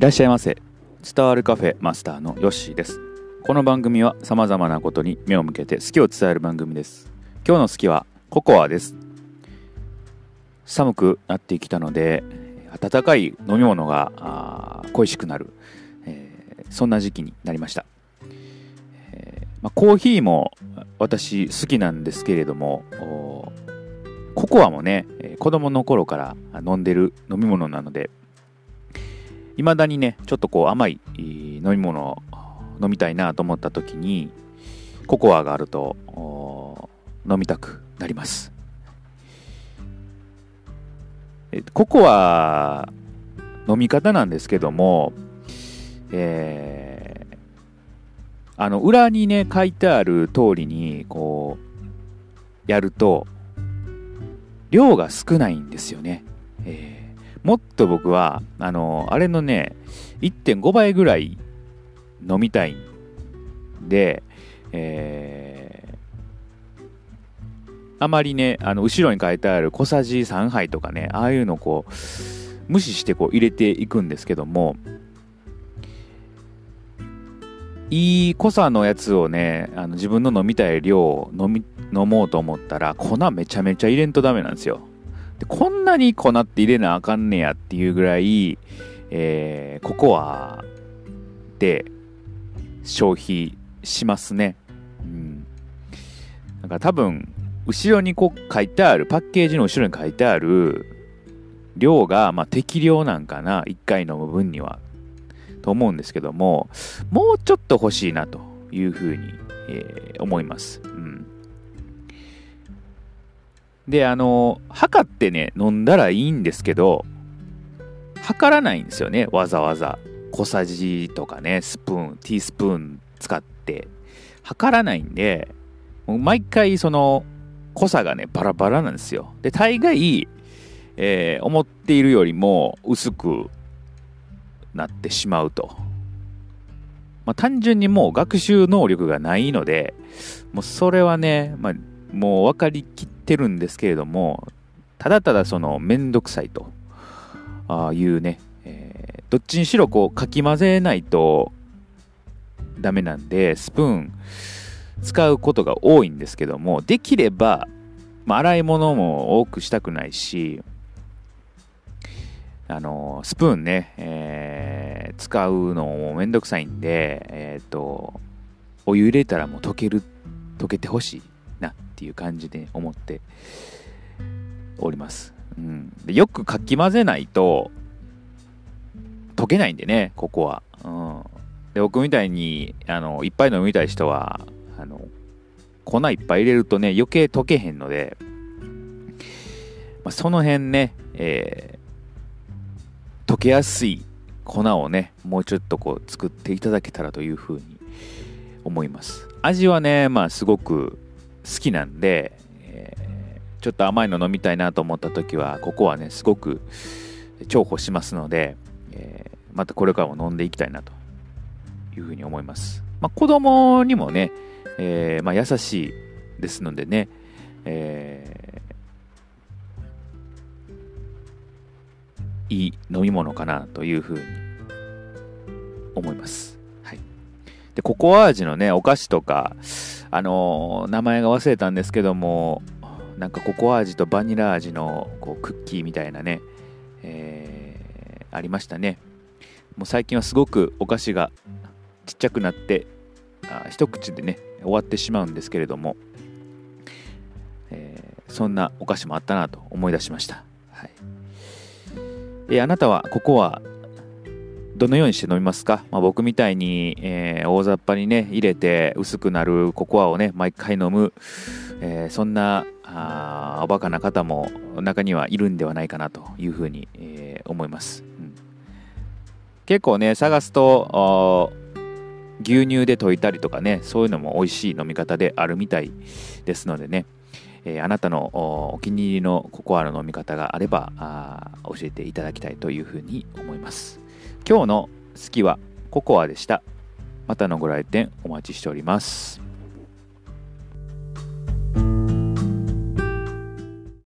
らっしゃいませ。伝わるカフェマスターのヨッシーです。この番組は様々なことに目を向けて好きを伝える番組です。今日の好きはココアです。寒くなってきたので温かい飲み物が恋しくなる、そんな時期になりました。コーヒーも私好きなんですけれども、ココアもね、子供の頃から飲んでる飲み物なので、未だにねちょっと甘い飲み物を飲みたいなと思った時にココアがあると飲みたくなります。ココア飲み方なんですけども、裏にね書いてある通りにやると量が少ないんですよね。もっと僕はあれのね 1.5 倍ぐらい飲みたいんで、あまりね後ろに書いてある小さじ3杯とかね、ああいうのを無視して入れていくんですけども、いい濃さのやつをね自分の飲みたい量を飲もうと思ったら粉めちゃめちゃ入れんとダメなんですよ。でこんなに粉って入れなあかんねやっていうぐらい、ココアで消費しますね。だから多分後ろに書いてあるパッケージの後ろに書いてある量が適量なんかな、1回飲む分にはと思うんですけども、もうちょっと欲しいなというふうに、思います。で測ってね飲んだらいいんですけど、測らないんですよね。わざわざ小さじとかねティースプーン使って測らないんで、もう毎回その濃さがねバラバラなんですよ。で大概、思っているよりも薄くなってしまうと、単純にもう学習能力がないので、もうそれはね、もう分かりきってるんですけれども、ただただめんどくさいというね、どっちにしろかき混ぜないとダメなんでスプーン使うことが多いんですけども、できれば、洗い物も多くしたくないし、スプーンね、使うのもめんどくさいんで、お湯入れたらもう溶けてほしいなっていう感じで思っております。でよくかき混ぜないと溶けないんでね、ここは。で僕みたいにいっぱい飲みたい人は粉いっぱい入れるとね余計溶けへんので、その辺ね、溶けやすい粉をねもうちょっと作っていただけたらというふうに思います。味はねすごく好きなんで、ちょっと甘いの飲みたいなと思った時はここはねすごく重宝しますので、またこれからも飲んでいきたいなというふうに思います。子供にもね、優しいですのでね、いい飲み物かなというふうに思います。はい。でココア味のねお菓子とか名前が忘れたんですけども、なんかココア味とバニラ味のクッキーみたいなね、ありましたね。もう最近はすごくお菓子がちっちゃくなって一口でね終わってしまうんですけれども、そんなお菓子もあったなと思い出しました。はい。あなたはココアどのようにして飲みますか？僕みたいに、大雑把にね入れて薄くなるココアをね毎回飲む、そんなおバカな方も中にはいるんではないかなというふうに、思います。結構ね探すと牛乳で溶いたりとかね、そういうのも美味しい飲み方であるみたいですのでね、あなたのお気に入りのココアの飲み方があれば教えていただきたいというふうに思います。今日の好きはココアでした。またのご来店お待ちしております。